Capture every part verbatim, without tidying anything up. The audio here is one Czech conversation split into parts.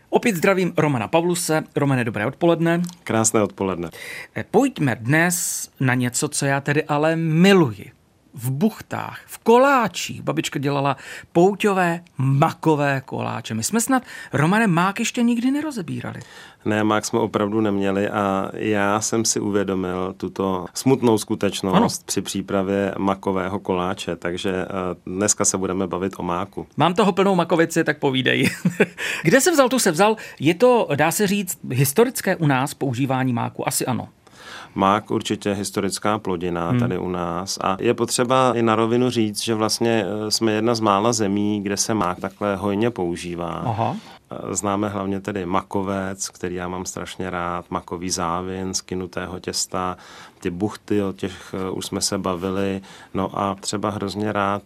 Opět zdravím Romana Pavluse. Romane, dobré odpoledne. Krásné odpoledne. Pojďme dnes na něco, co já tedy ale miluji. V buchtách, v koláčích. Babička dělala pouťové makové koláče. My jsme snad, Romane, mák ještě nikdy nerozebírali. Ne, mák jsme opravdu neměli a já jsem si uvědomil tuto smutnou skutečnost ano. při přípravě makového koláče, takže dneska se budeme bavit o máku. Mám toho plnou makovici, tak povídej. Kde se vzal, tu se vzal. Je to, dá se říct, historické u nás používání máku? Asi ano. Mák určitě historická plodina hmm. tady u nás a je potřeba i na rovinu říct, že vlastně jsme jedna z mála zemí, kde se mák takhle hojně používá. Aha. Známe hlavně tedy makovec, který já mám strašně rád, makový závin z kynutého těsta, ty buchty, o těch už jsme se bavili, no a třeba hrozně rád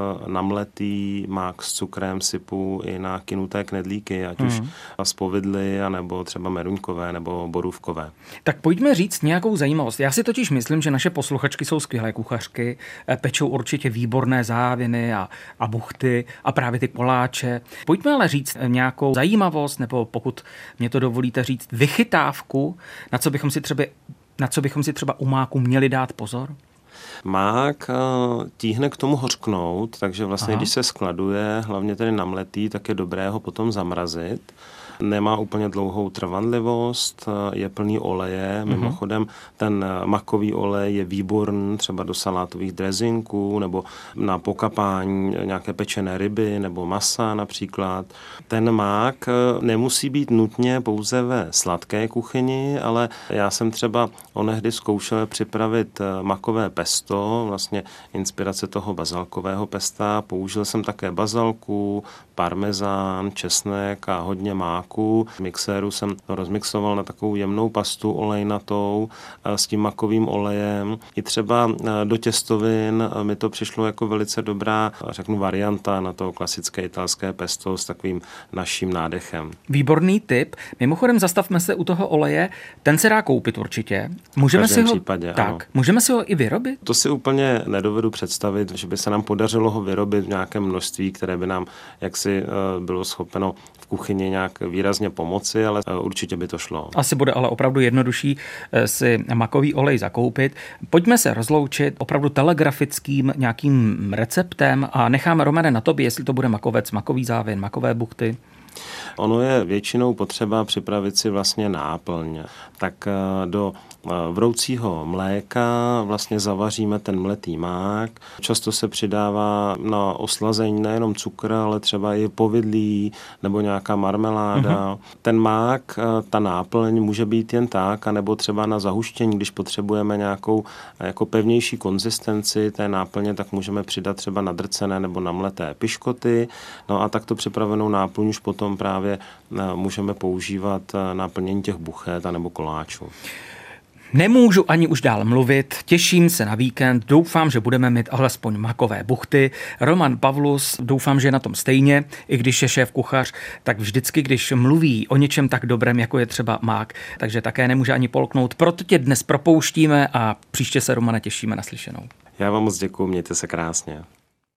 namletý mák s cukrem sypu i na kynuté knedlíky, ať hmm. už z povidly, anebo třeba meruňkové nebo borůvkové. Tak pojďme říct nějakou zajímavost. Já si totiž myslím, že naše posluchačky jsou skvělé kuchařky, pečou určitě výborné záviny a, a buchty a právě ty koláče. Pojďme ale říct nějakou zajímavost, nebo pokud mě to dovolíte říct, vychytávku, na co bychom si třeba, na co bychom si třeba u máku měli dát pozor? Mák tíhne k tomu hořknout, takže vlastně, Aha. když se skladuje, hlavně tedy namletý, tak je dobré ho potom zamrazit. Nemá úplně dlouhou trvanlivost, je plný oleje. Uh-huh. Mimochodem, ten makový olej je výborný třeba do salátových drezinků nebo na pokapání nějaké pečené ryby nebo masa například. Ten mák nemusí být nutně pouze ve sladké kuchyni, ale já jsem třeba onehdy zkoušel připravit makové pesto, vlastně inspirace toho bazalkového pesta. Použil jsem také bazalku, parmezán, česnek a hodně máku. V mixéru jsem to rozmixoval na takovou jemnou pastu olejnatou s tím makovým olejem. I třeba do těstovin mi to přišlo jako velice dobrá, řeknu, varianta na to klasické italské pesto s takovým naším nádechem. Výborný tip. Mimochodem zastavme se u toho oleje. Ten se dá koupit určitě. Můžeme si ho případě, tak, ano. Můžeme si ho i vyrobit? To si úplně nedovedu představit, že by se nám podařilo ho vyrobit v nějakém množství, které by nám jaksi bylo schopno v kuchyni nějak výrazně pomoci, ale určitě by to šlo. Asi bude ale opravdu jednodušší si makový olej zakoupit. Pojďme se rozloučit opravdu telegrafickým nějakým receptem a necháme, Romane, na tobě, jestli to bude makovec, makový závin, makové buchty. Ono je většinou potřeba připravit si vlastně náplň. Tak do vroucího mléka vlastně zavaříme ten mletý mák. Často se přidává na oslazení nejenom cukr, ale třeba i povidlí nebo nějaká marmeláda. Uh-huh. Ten mák, ta náplň může být jen tak, anebo třeba na zahuštění, když potřebujeme nějakou jako pevnější konzistenci té náplně, tak můžeme přidat třeba nadrcené nebo namleté piškoty. No a takto připravenou náplň už potom právě můžeme používat na plnění těch buchet nebo koláčů. Nemůžu ani už dál mluvit, těším se na víkend, doufám, že budeme mít alespoň makové buchty. Roman Pavlus, doufám, že je na tom stejně, i když je šéf kuchař, tak vždycky, když mluví o něčem tak dobrém, jako je třeba mák, takže také nemůže ani polknout. Proto tě dnes propouštíme a příště se, Romane, těšíme na slyšenou. Já vám moc děkuju, mějte se krásně.